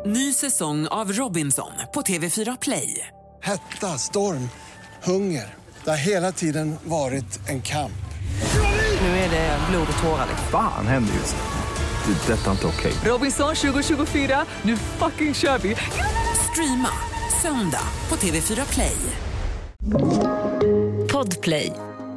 Ny säsong av Robinson på TV4 Play. Hetta, storm, hunger. Det har hela tiden varit en kamp. Nu är det blod och tårar. Fan händer just nu. Det. Detta är inte okej. Robinson 2024, nu fucking kör vi. Streama söndag på TV4 Play. Podplay.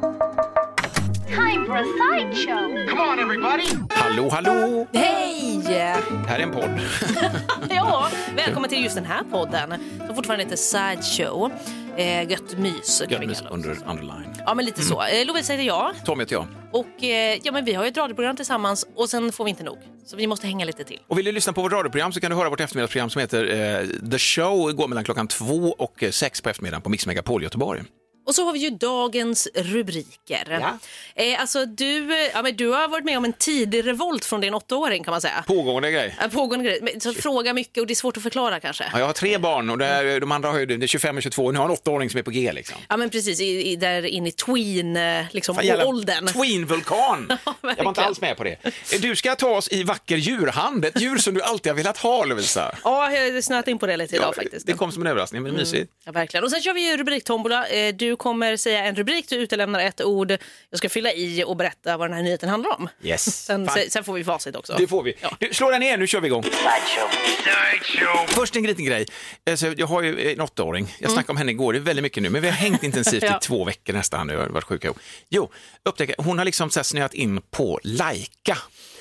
Time for a sideshow. Come on everybody! Hallå, hallå! Hej! Här är en podd. Ja, välkommen till just den här podden som fortfarande heter Sideshow. Gött mys. Gött mys underline. Ja, men lite så. Lovisa heter jag. Tom heter jag. Och ja, men vi har ju ett radioprogram tillsammans och sen får vi inte nog. Så vi måste hänga lite till. Och vill du lyssna på vårt radioprogram så kan du höra vårt eftermiddagsprogram som heter The Show. Går mellan klockan 2 och 6 på eftermiddagen på Mix Megapol Göteborg. Och så har vi ju dagens rubriker. Ja. Alltså du har varit med om en tidig revolt från din 8-åring kan man säga. Pågående grej. Pågående grej. Men, så fråga mycket och det är svårt att förklara kanske. Ja, jag har 3 barn och de andra har ju det är 25 och 22 och nu har en 8-åring som är på G liksom. Ja men precis, där in i tween liksom, åldern. Tween-vulkan! Ja, jag var inte alls med på det. Du ska ta oss i vacker djurhand, ett djur som du alltid har velat ha, Lovisa. Ja, jag har snöat in på det lite idag faktiskt. Det kom som en överraskning, men mysigt. Ja, verkligen. Och sen kör vi ju rubriktombola. Du kommer säga en rubrik, du utelämnar ett ord. Jag ska fylla i och berätta vad den här nyheten handlar om. Yes. Sen får vi facit också. Det får vi. Ja. Du, slå den ner, nu kör vi igång. Sideshow. Först en liten grej. Alltså, jag har ju en 8-åring. Jag snackade om henne igår, det är väldigt mycket nu. Men vi har hängt intensivt i 2 veckor nästan. Nu har varit sjuka. Jo, upptäcker, hon har liksom så här snöat in på Laika.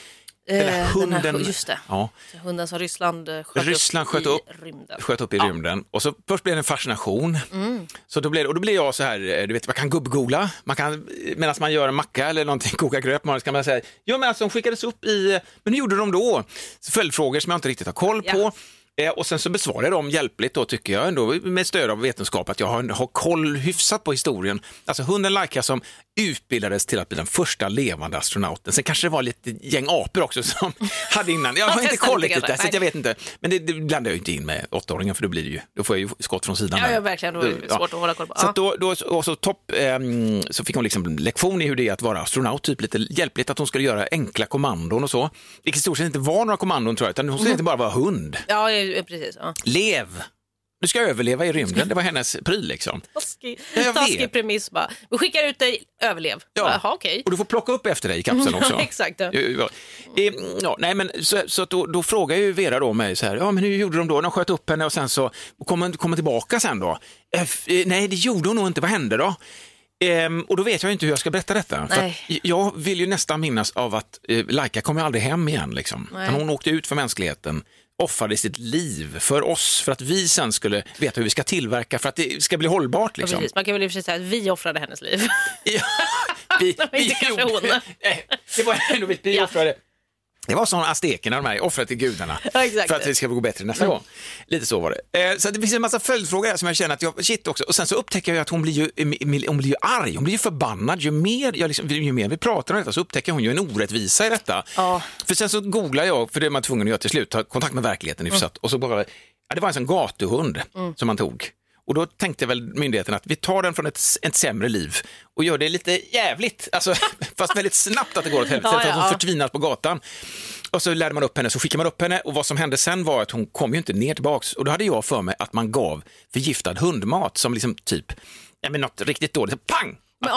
Hunden, just det. Ja. Hunden som Ryssland sköt upp i rymden. Och så först blev det en fascination. Så då blev jag så här, du vet, man kan gubbgoogla. Man kan, medan man gör en macka eller någonting, koka gröt, man ska man säga, ja men alltså de skickades upp i, men hur gjorde de då? Så följdfrågor som jag inte riktigt har koll på. Och sen så besvarar jag dem hjälpligt då tycker jag ändå med stöd av vetenskap att jag har koll hyfsat på historien. Alltså hunden Laika som utbildades till att bli den första levande astronauten. Sen kanske det var lite gäng apor också som hade innan. Jag har inte koll riktigt där, så jag vet inte. Men det blandar jag ju inte in med 8-åringen för då får jag ju skott från sidan. Ja, verkligen. Då är det svårt att hålla koll på. Så fick hon liksom en lektion i hur det är att vara astronaut, typ lite hjälpligt att hon skulle göra enkla kommandon och så. Vilket stort sett inte var några kommandon tror jag, utan hon skulle inte bara vara hund. Ja, precis. Ja. Lev! Du ska överleva i rymden, det var hennes pryl liksom. Taskig premiss bara. Vi skickar ut dig, överlev. Ja. Jaha, okej. Och du får plocka upp efter dig i kapseln också. Exakt. Ja, nej men så då frågar ju Vera då mig så här, ja men hur gjorde de då? De sköt upp henne och sen så kom tillbaka sen då. Nej, det gjorde hon nog inte. Vad hände då? Och då vet jag inte hur jag ska berätta detta. För jag vill ju nästan minnas av att Laika kommer aldrig hem igen liksom. Hon åkte ut för mänskligheten, offrade sitt liv för oss för att vi sen skulle veta hur vi ska tillverka för att det ska bli hållbart liksom. Man kan väl i och för sig säga att vi offrade hennes liv. Ja, inte kanske hon. Det var ändå vi offrade. Det var som aztekerna, de här offret till gudarna. Ja, exakt. För att det ska gå bättre nästa gång. Lite så var det. Så det finns en massa följdfrågor här som jag känner att shit också. Och sen så upptäcker jag att hon blir ju arg. Hon blir ju förbannad. Ju mer vi pratar om detta så upptäcker hon ju en orättvisa i detta. Ja. För sen så googlar jag, för det är man tvungen att göra till slut, ta kontakt med verkligheten. Och så bara, det var en sån gatuhund som man tog. Och då tänkte väl myndigheten att vi tar den från ett sämre liv och gör det lite jävligt, alltså, fast väldigt snabbt att det går åt helvete, för att hon förtvinar på gatan. Och så lärde man upp henne, så skickade man upp henne och vad som hände sen var att hon kom ju inte ner tillbaks. Och då hade jag för mig att man gav förgiftad hundmat som liksom typ, något riktigt dåligt, pang!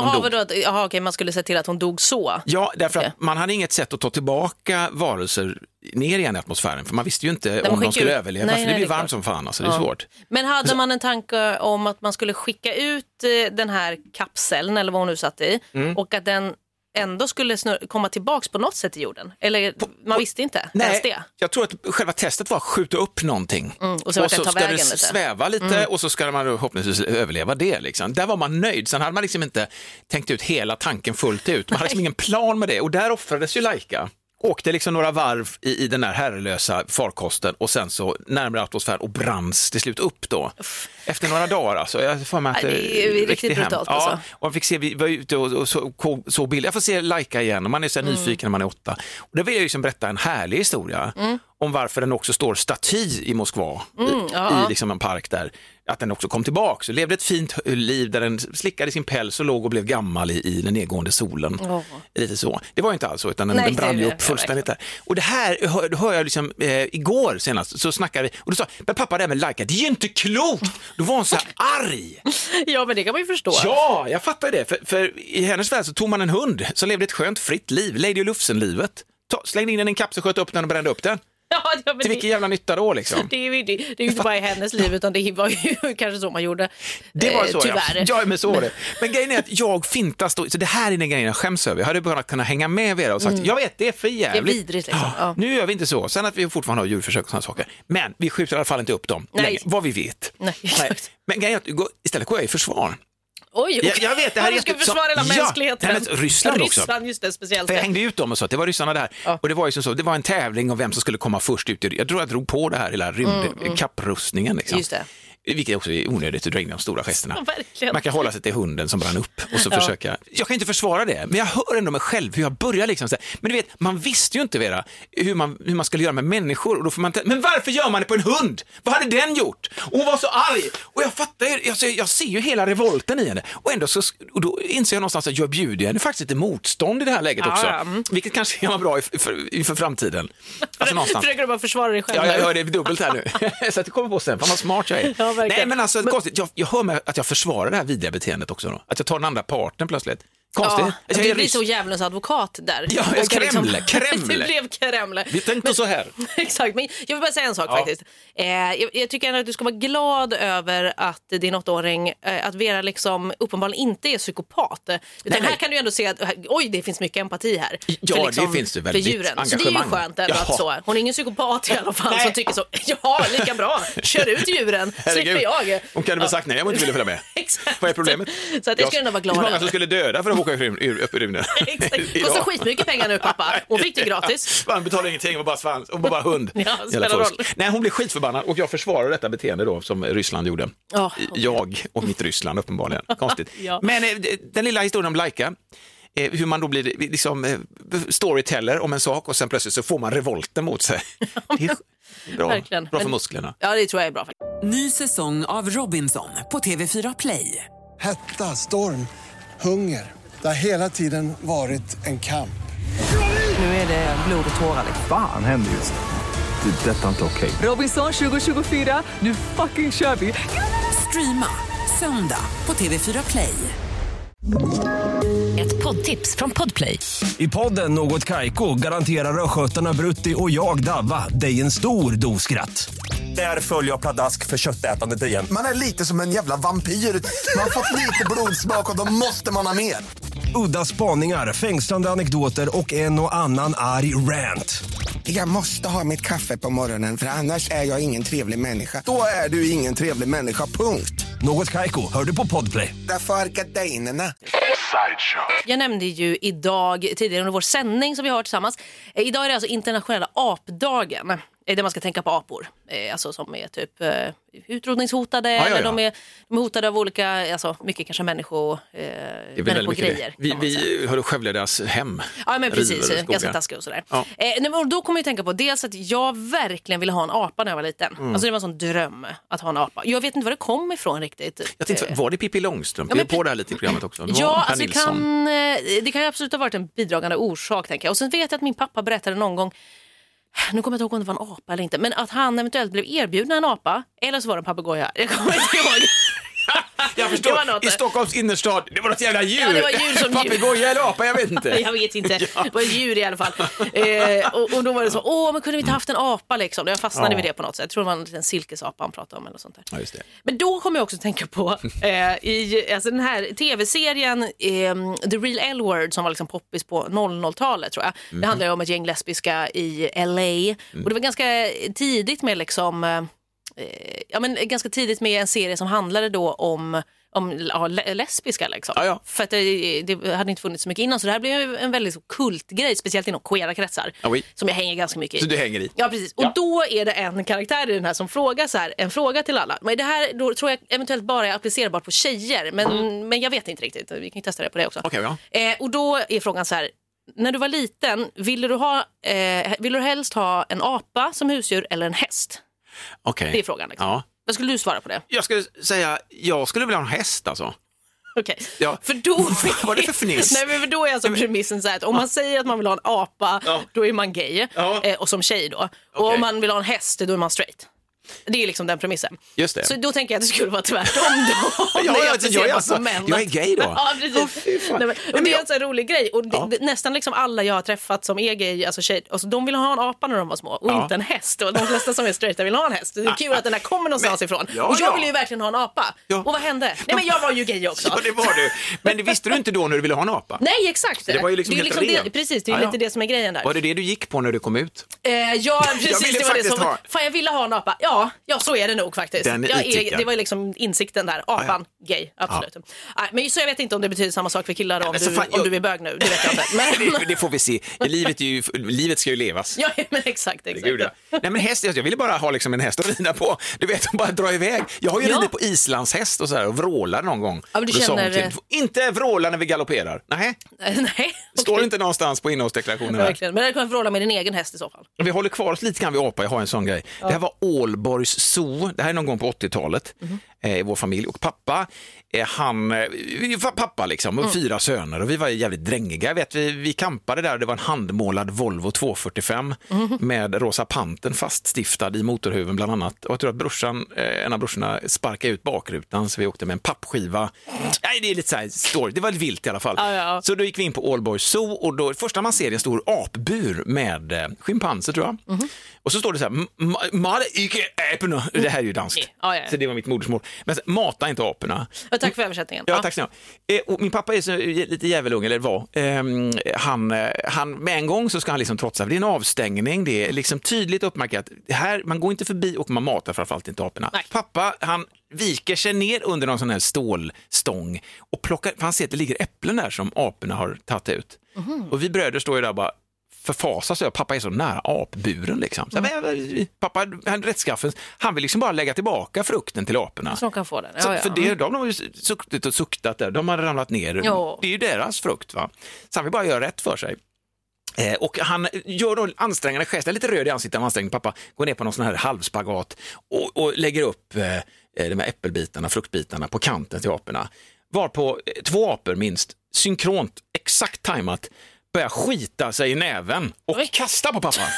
Men man skulle se till att hon dog så. Ja, därför att man hade inget sätt att ta tillbaka varelser ner igen i atmosfären, för man visste ju inte om de skulle överleva, för det blir varmt som fan, alltså, det är svårt. Men hade man en tanke om att man skulle skicka ut den här kapseln, eller vad hon nu satt i, och att den ändå skulle komma tillbaks på något sätt i jorden? Eller man visste inte? Nej, jag tror att själva testet var att skjuta upp någonting. Och så ska det sväva lite och så ska man förhoppningsvis överleva det. Liksom. Där var man nöjd. Sen hade man liksom inte tänkt ut hela tanken fullt ut. Man hade liksom ingen plan med det. Och där offrades ju Laika. Åkte liksom några varv i den här herrelösa farkosten och sen så närmare atmosfär och branns till slut upp då. Efter några dagar alltså. Jag får med att det är riktigt brutalt alltså. Ja, och jag fick se, vi var ute och så bilder. Jag får se Laika igen och man är så nyfiken när man är 8. Och då vill jag liksom berätta en härlig historia om varför den också står staty i Moskva i liksom en park där. Att den också kom tillbaka så levde ett fint liv där den slickade sin päls och låg och blev gammal i den nedgående solen. Lite så. Det var ju inte alls så, utan den brann ju upp fullständigt där. Och det här hör jag liksom igår senast så snackade vi och då sa men pappa det här med Laika, det är ju inte klokt. Då var hon så här arg. Ja, men det kan man ju förstå. Ja, jag fattar det. För i hennes värld så tog man en hund som levde ett skönt fritt liv, Lady Lufsen-livet. Slängde in den i en kapsel, sköt upp den och brände upp den. Ja, till vilken jävla nytta då liksom? Det är ju inte bara i hennes liv utan det var ju kanske så man gjorde. Det var så tyvärr. Ja, men så var det. Men grejen är att jag fintas då, så det här är den grejen jag skäms över. Jag hade bara kunnat hänga med er och sagt, jag vet det är för jävligt. Det är vidrigt liksom. Ja. Nu gör vi inte så. Sen att vi fortfarande har djurförsök och sådana saker. Men vi skjuter i alla fall inte upp dem längre, vad vi vet. Nej. Men grejen är att istället går jag i försvar. Oj, okay. Jag vet, det här du ska försvara hela mänskligheten. Ryssland också. Ryssland, just det, speciellt. För jag hängde ut dem och så att det var ryssarna där. Ja. Och det var ju så, det var en tävling om vem som skulle komma först ut. Jag tror jag drog på det här hela kapprustningen liksom. Just det. Vilket också är onödigt att dra in de stora festerna. Ja, man kan hålla sig till hunden som brann upp och så försöka. Jag kan inte försvara det, men jag hör ändå mig själv hur jag börjar liksom så här. Men du vet, man visste ju inte hur man skulle göra med människor och då får man men varför gör man det på en hund? Vad hade den gjort? Och hon var så arg. Och jag fattar jag ser ju hela revolten i henne. Och ändå så och då inser jag någonstans att jag bjuder henne faktiskt lite motstånd i det här läget också. Vilket kanske kan vara bra för framtiden. Alltså någonstans. Försöker du bara försvara dig själv? Ja, jag gör det dubbelt här nu. Så att det kommer på sen. Fan vad smart jag är. Ja, nej, men alltså konstigt. Jag hör mig att jag försvarar det här vidriga beteendet också då. Att jag tar den andra parten plötsligt. Konstigt. Ja, du blir så jävlens advokat där. Ja, Kremle. Det blev Kremle. Vi tänkte så här. Exakt, men jag vill bara säga en sak faktiskt. Jag tycker ändå att du ska vara glad över att din 8-åring, att Vera liksom uppenbarligen inte är psykopat. Utan här kan du ändå se att, det finns mycket empati här. Ja, för liksom, det finns det väldigt. För djuren. Så det är ju skönt ändå att så. Hon är ingen psykopat i alla fall som tycker så, lika bra. Kör ut djuren, slipper jag. Hon kan du väl sagt nej, jag inte ville följa med. Exakt. Vad är problemet? Så att jag skulle ändå vara glad. Det är många som skulle döda för att åka upp i rymden. Exakt. Kostar skitmycket pengar nu, pappa. Hon fick det gratis. Man betalar ingenting och bara svans och bara hund. Nej, hon blir skitförbannad och jag försvarar detta beteende då som Ryssland gjorde. Jag och mitt Ryssland uppenbarligen. Konstigt. Men den lilla historien om Laika, hur man då blir liksom storyteller om en sak och sen plötsligt så får man revolten mot sig. Det är bra för musklerna. Ja, det tror jag är bra. Ny säsong av Robinson på TV4 Play. Hetta, storm, hunger. Det har hela tiden varit en kamp. Nu är det blod och tårar. Fan händer just det. Detta är inte okej. Robinson 2024, nu fucking kör vi. Streama söndag på TV4 Play. Ett poddtips från Podplay. I podden Något Kaiko garanterar röskötarna Brutti och jag Davva dig en stor doskratt. Där följer jag pladask för köttätandet igen. Man är lite som en jävla vampyr. Man har fått lite blodsmak och då måste man ha mer. Udda spaningar, fängslande anekdoter och en och annan arg rant. Jag måste ha mitt kaffe på morgonen för annars är jag ingen trevlig människa. Då är du ingen trevlig människa, punkt. Något Kaiko, hör du på Podplay. Därför är gardinerna. Jag nämnde ju idag, tidigare under vår sändning som vi har tillsammans. Idag är det alltså internationella apdagen. Där man ska tänka på apor. Alltså som är typ utrotningshotade. Eller de är hotade av olika, alltså mycket kanske människogrejer. Vi har skövlat deras hem. Ja, men precis. Ganska taskiga och sådär. Ja. Och då kommer jag tänka på dels att jag verkligen ville ha en apa när jag var liten. Alltså det var en sån dröm att ha en apa. Jag vet inte var det kom ifrån riktigt. Jag tänkte, var det Pippi Långstrump? Vi på det här lite i programmet också. Ja, alltså det kan ju absolut ha varit en bidragande orsak, tänker jag. Och sen vet jag att min pappa berättade någon gång, nu kommer jag inte ihåg om det var en apa eller inte, men att han eventuellt blev erbjuden en apa, eller så var det en papegoja. Jag kommer inte ihåg. Jag förstår, i Stockholms innerstad, det var något jävla djur. Ja, det var djur som papegoja eller apa, jag vet inte. Jag vet inte, det var djur i alla fall. Och då var det så, men kunde vi inte haft en apa liksom? Jag fastnade vid det på något sätt. Jag tror det var en liten silkesapa han pratade om eller sånt där. Ja, just det. Men då kommer jag också tänka på alltså den här tv-serien The Real L-Word som var liksom poppis på 00-talet tror jag. Det handlar ju om ett gäng lesbiska i LA. Och det var ganska tidigt med liksom ganska tidigt med en serie som handlade då om lesbiska liksom. Ja. För att det hade inte funnits så mycket innan, så det här blev en väldigt kultgrej, speciellt inom queera kretsar, som jag hänger ganska mycket i. Så du hänger i? Ja, precis. Och då är det en karaktär i den här som frågar så här, en fråga till alla. Men det här då tror jag eventuellt bara är applicerbart på tjejer, men jag vet inte riktigt. Vi kan ju testa det på det också. Okay, ja. Och då är frågan så här: när du var liten, ville du helst ha en apa som husdjur eller en häst? Okej. Det är frågan. Liksom. Ja. Vad skulle du svara på det? Jag skulle säga, jag skulle vilja ha en häst alltså. Okej, Ja. För då... Vad var det för fniss? Nej, men för då är alltså premissen så här att om man säger att man vill ha en apa, då är man gay. Och som tjej då. Och om man vill ha en häst, då är man straight. Det är liksom den premissen. Just det. Så då tänker jag att det skulle vara tvärtom då. Jag är gay då. Ja, precis. Nej, men, och det är en sån här rolig grej. Och nästan liksom alla jag har träffat som är gay, alltså tjej, alltså, de vill ha en apa när de var små och inte en häst. Och de flesta som är straighta vill ha en häst. Det är kul att den här kommer någonstans ifrån. Och jag ville ju verkligen ha en apa. Och vad hände? Nej, men jag var ju gay också. Ja, det var du. Men det visste du inte då när du ville ha en apa? Nej, exakt. Det var ju liksom helt rent. Precis, det är lite det som är grejen där. Var det du gick på när du kom ut? Ja, precis. Det var det som... ha. Fan, jag ville ha en apa. Ja, så är det nog faktiskt. Det var liksom insikten där. Apan, gay, absolut. Ja. Men så jag vet inte om det betyder samma sak för killar om du är bög nu. Det vet jag inte. Men... det får vi se. Livet ska ju levas. Ja, men exakt. Gud, ja. Nej, men häst, jag ville bara ha liksom en häst att rida på. Du vet, de bara drar iväg. Jag har ju ridit på islandshäst och så här och vrålar någon gång. Ja, men du känner... Inte vråla när vi galopperar. Nej. Står det inte någonstans på innehållsdeklarationen här. Verkligen. Men du kan vråla med din egen häst i så fall. Vi håller kvar oss lite grann vid apa. Jag har en sån grej. Det här var Ålborgs zoo. Det här är någon gång på 80-talet i vår familj. Och pappa, pappa liksom, och 4 söner. Och vi var jävligt drängiga. Jag vet, vi kampade där och det var en handmålad Volvo 245 med rosa panten faststiftad i motorhuven bland annat. Och jag tror att en av brorsorna sparkade ut bakrutan så vi åkte med en pappskiva. Nej, det är lite så här story. Det var vilt i alla fall. Ja. Så då gick vi in på Ålborgs zoo och då första man ser är en stor apbur med schimpanser tror jag. Och så står det så här, mata icke aporna. Det här är ju danskt. Så det var mitt modersmål. Men mata inte aporna. Och tack för översättningen. Ja, tack snälla. Och min pappa är så lite jävelung, eller var. Han med en gång så ska han liksom trotsa. Det är en avstängning, det är liksom tydligt uppmärkat. Här, man går inte förbi och man matar framförallt inte aporna. Nej. Pappa, han viker sig ner under någon sån här stålstång och plockar, för han ser att det ligger äpplen där som aporna har tagit ut. Och vi bröder står ju där bara förfasas över, pappa är så nära apburen liksom. Så pappa, han rättskaffen, han vill liksom bara lägga tillbaka frukten till aporna. Så de kan få den. Ja, för de har ju suktat och suktat där, de har ramlat ner. Ja. Det är ju deras frukt va. Så han vill bara göra rätt för sig. Och han gör då ansträngande gester, lite röd i ansiktet av ansträngning. Pappa går ner på någon sån här halvspagat och lägger upp de här äppelbitarna, fruktbitarna på kanten till aporna. Varpå 2 apor minst, synkront, exakt tajmat, börjar skita sig i näven och kasta på pappa.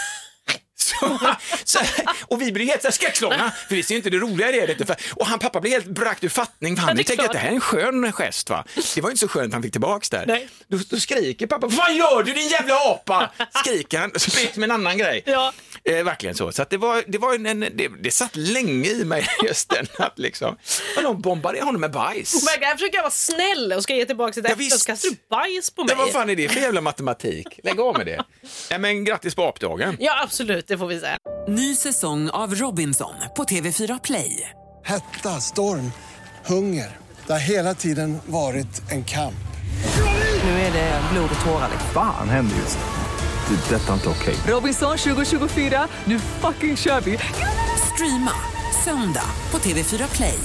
Och vi blir helt skräckslångna för vi ser inte det roliga i det. Och pappa blir helt brakt ur fattning för han tänker att det här är en skön gest va. Det var inte så skönt att han fick tillbaks där. Då skriker pappa, vad gör du din jävla apa? Skriker han, så blir det som en annan grej. Ja. Verkligen så. Så att det satt länge i mig just den att liksom, och de bombade honom med bajs. Jag försöker vara snäll och ska ge tillbaka till det. Ska du bajs på mig? Vad fan är det för jävla matematik? Lägg av med det. Ja, men grattis på apdagen. Ja, absolut, det får vi säga. Ny säsong av Robinson på TV4 Play. Hetta, storm, hunger. Det har hela tiden varit en kamp. Nu är det blod och tårar. Fan händer just det. Det är detta inte okej. Robinson 2024, nu fucking kör vi. Streama söndag på TV4 Play.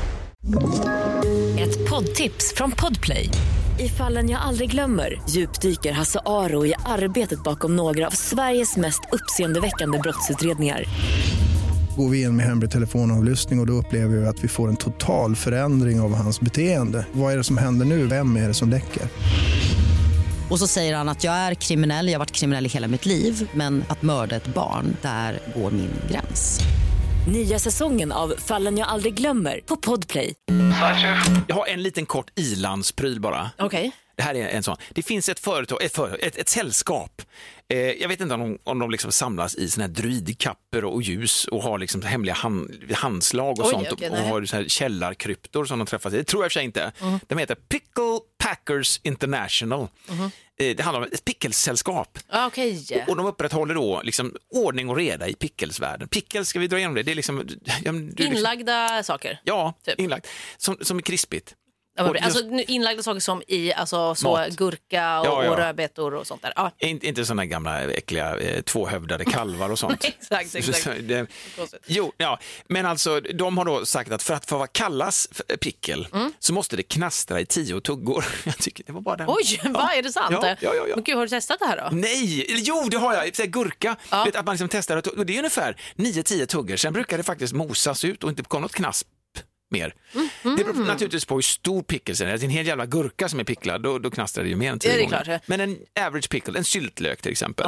Ett poddtips från Podplay. I Fallen jag aldrig glömmer djupdyker Hasse Aro i arbetet bakom några av Sveriges mest uppseendeväckande brottsutredningar. Går vi in med hemlig telefonavlyssning och då upplever vi att vi får en total förändring av hans beteende. Vad är det som händer nu? Vem är det som läcker? Och så säger han att jag är kriminell, jag har varit kriminell i hela mitt liv. Men att mörda ett barn, där går min gräns. Nya säsongen av Fallen jag aldrig glömmer på Podplay. Jag har en liten kort ilandspryl bara. Okej. Det här är en sån. Det finns ett företag, ett sällskap. Jag vet inte om de liksom samlas i såna här druidkapper och ljus och har liksom hemliga handslag och sånt och har så här källarkryptor som de träffas i. Det tror jag för sig inte. De heter Pickle Packers International. Det handlar om ett pickelssällskap. Och de upprätthåller då liksom ordning och reda i pickelsvärlden. Pickles, ska vi dra igenom det? Det är liksom... Inlagda saker. Ja, typ. Inlagt. Som är krispigt. Alltså inlagda saker som i gurka och rödbetor och sånt där. Ja. Inte sådana gamla äckliga tvåhövdade kalvar och sånt. Exakt. Men alltså de har då sagt att för att få kallas pickel så måste det knastra i 10 tuggor. Jag tycker det var bara den. Oj, vad är det sant? Ja. Men gud, har du testat det här då? Nej, jo det har jag. Gurka, vet, att man liksom testar och det är ungefär 9-10 tuggor. Sen brukar det faktiskt mosas ut och inte komma något knasp mer. Det beror naturligtvis på hur stor pickles är. Det är en hel jävla gurka som är picklad, då knastrar det ju mer än 10 gånger. Klart. Men en average pickle, en syltlök till exempel.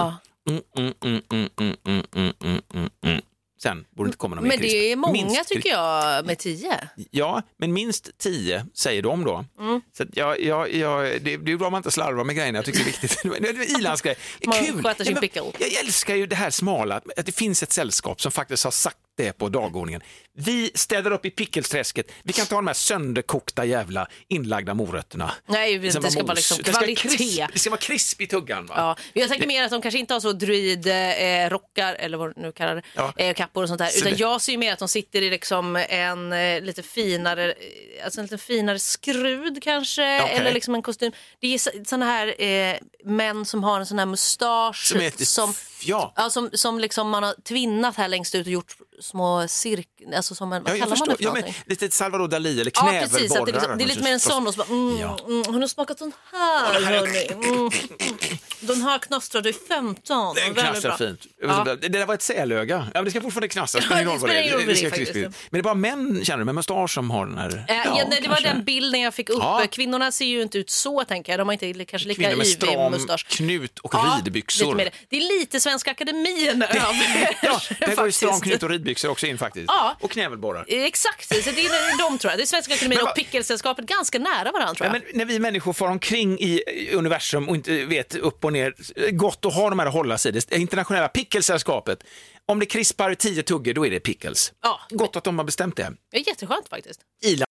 Sen borde inte komma någon mer krisp. Men det är många tycker jag med 10. Ja, men minst 10 säger de då. Så att det är bra man inte slarvar med grejerna. Jag tycker det är viktigt. Det är ilandsgrej. Kul. Jag älskar ju det här smala, att det finns ett sällskap som faktiskt har sagt det på dagordningen. Vi ställer upp i pickelsträsket. Vi kan ta de här sönderkokta jävla inlagda morötterna. Nej, det ska vara liksom kvalitet. Det ska vara krisp i tuggan, va? Ja, jag tänker mer att de kanske inte har så rockar eller vad du nu kallar det, kappor och sånt där. Så utan jag ser ju mer att de sitter i liksom en lite finare, alltså en lite finare skrud kanske, eller liksom en kostym. Det är såna här män som har en sån här mustasch som liksom man har tvinnat här längst ut och gjort små alltså som en, vad kallar man det för någonting? Lite Salvador Dalí eller knävelborrar. Ja, precis. Det är lite mer en sån och så bara, har du smakat den här, hörni? Den här knastrade i 15. Den knastrar fint. Det där var ett sälöga. Ja, det ska fortfarande knastra. Men det är bara män, känner du, med mustasch som har den här. Det var den bilden jag fick upp. Kvinnorna ser ju inte ut så, tänker jag. De har inte kanske lika ivrig mustasch. Kvinnor med stram knut och ridbyxor. Det är lite Svenska Akademin. Det går ju stram knut och ridbyxor också in faktiskt. Och knävelborrar. Exakt, så det är de, tror jag. Det är Svenska Akademin och Pickelsällskapet ganska nära varandra, tror jag. Men när vi människor får omkring i universum och inte vet upp och ner, gott att ha de här att hålla sig. Det internationella Pickelsällskapet. Om det krispar 10 tuggor, då är det pickles. Gott att de har bestämt det. Det är jätteskönt faktiskt.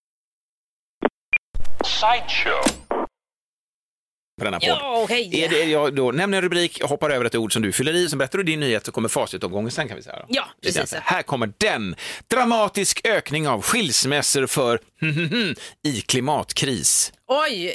Sideshow. På denna podd. Jag då nämner en rubrik, hoppar över ett ord som du fyller i, som berättar du din nyhet, så kommer facitomgången sen, kan vi säga. Ja, precis. Här kommer den. Dramatisk ökning av skilsmässor för i klimatkris. Oj,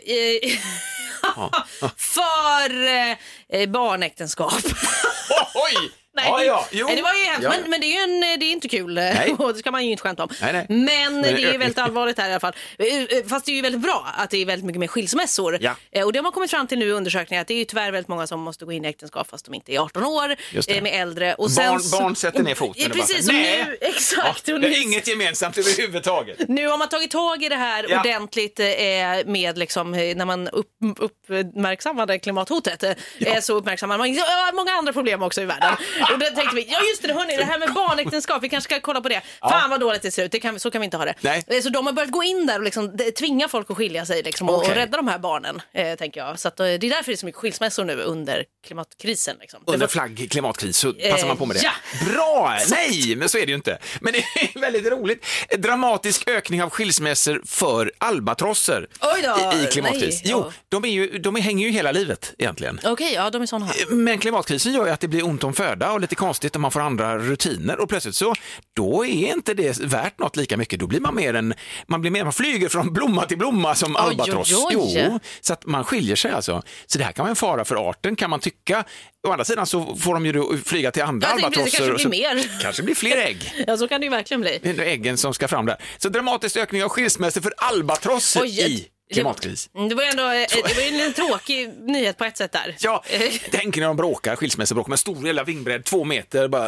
för barnäktenskap. Oj! Nej, det var ju hemskt, men det är ju inte kul. Och det ska man ju inte skämta om. Nej. Men det är väldigt allvarligt här i alla fall. Fast det är ju väldigt bra att det är väldigt mycket mer skilsmässor. Och det har man kommit fram till nu i undersökningar, att det är ju tyvärr väldigt många som måste gå in i äktenskap fast de inte är 18 år, med äldre. Och barn sätter ner foten. Precis, som nu, exakt. Det är inget gemensamt överhuvudtaget. Nu har man tagit tag i det här ordentligt med liksom, när man uppmärksammade klimathotet, så uppmärksammar man många andra problem också i världen. Och då tänkte vi, hörni, det här med barnäktenskap, vi kanske ska kolla på det. Fan vad dåligt det ser ut, så kan vi inte ha det. Nej. Så de har börjat gå in där och liksom tvinga folk att skilja sig liksom, och rädda de här barnen, tänker jag. Så att, det är därför det är så mycket skilsmässor nu under klimatkrisen. Liksom. Under flagg klimatkris så passar man på med det. Bra! Nej, men så är det ju inte. Men det är väldigt roligt. Dramatisk ökning av skilsmässor för albatrosser i klimatkris. Jo, de hänger ju hela livet egentligen. Okej, de är såna här. Men klimatkrisen gör ju att det blir ont om föda och lite konstigt om man får andra rutiner, och plötsligt så då är inte det värt något lika mycket. Då blir man flyger från blomma till blomma som albatross. Jo, så att man skiljer sig alltså. Så det här kan vara en fara för arten, kan man tycka. Å andra sidan så får de ju då flyga till andra albatrosser. Det kanske blir mer. Kanske blir fler ägg. Ja, så kan det ju verkligen bli. Det är äggen som ska fram där. Så dramatisk ökning av skilsmässor för albatrosser i klimatkris. Det var ju en tråkig nyhet på ett sätt där. Ja, tänker när de bråkar, skilsmässebråk med stor jävla vingbredd, 2 meter, bara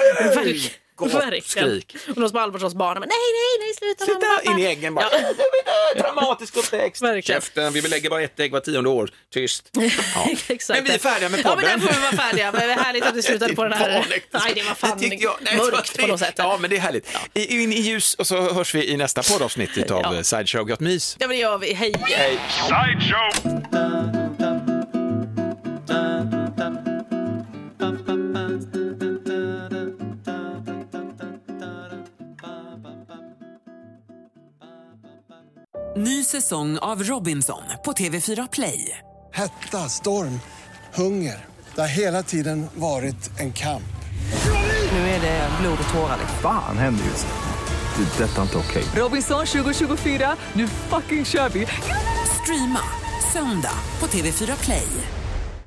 skrik. Och de som albatross barnen, men nej, sluta in i äggen bara. Dramatisk uppväxt. Käften, vi lägger bara 1 ägg var 10:e år. Tyst. Exakt. Men vi är färdiga med podden. Ja, men där får vi vara färdiga. Men det är härligt att vi slutade på den här. Nej, det var fan mörkt på något sätt. Ja, men det är härligt. In i ljus, och så hörs vi i nästa poddavsnitt av Sideshow. Gott mys. Ja, men det gör vi. Hej. Sideshow. Ny säsong av Robinson på TV4 Play. Hetta, storm, hunger. Det har hela tiden varit en kamp. Nu är det blod och tårar. Fan händer just det. Det är detta inte okej. Robinson 2024, nu fucking kör vi! Streama söndag på TV4 Play.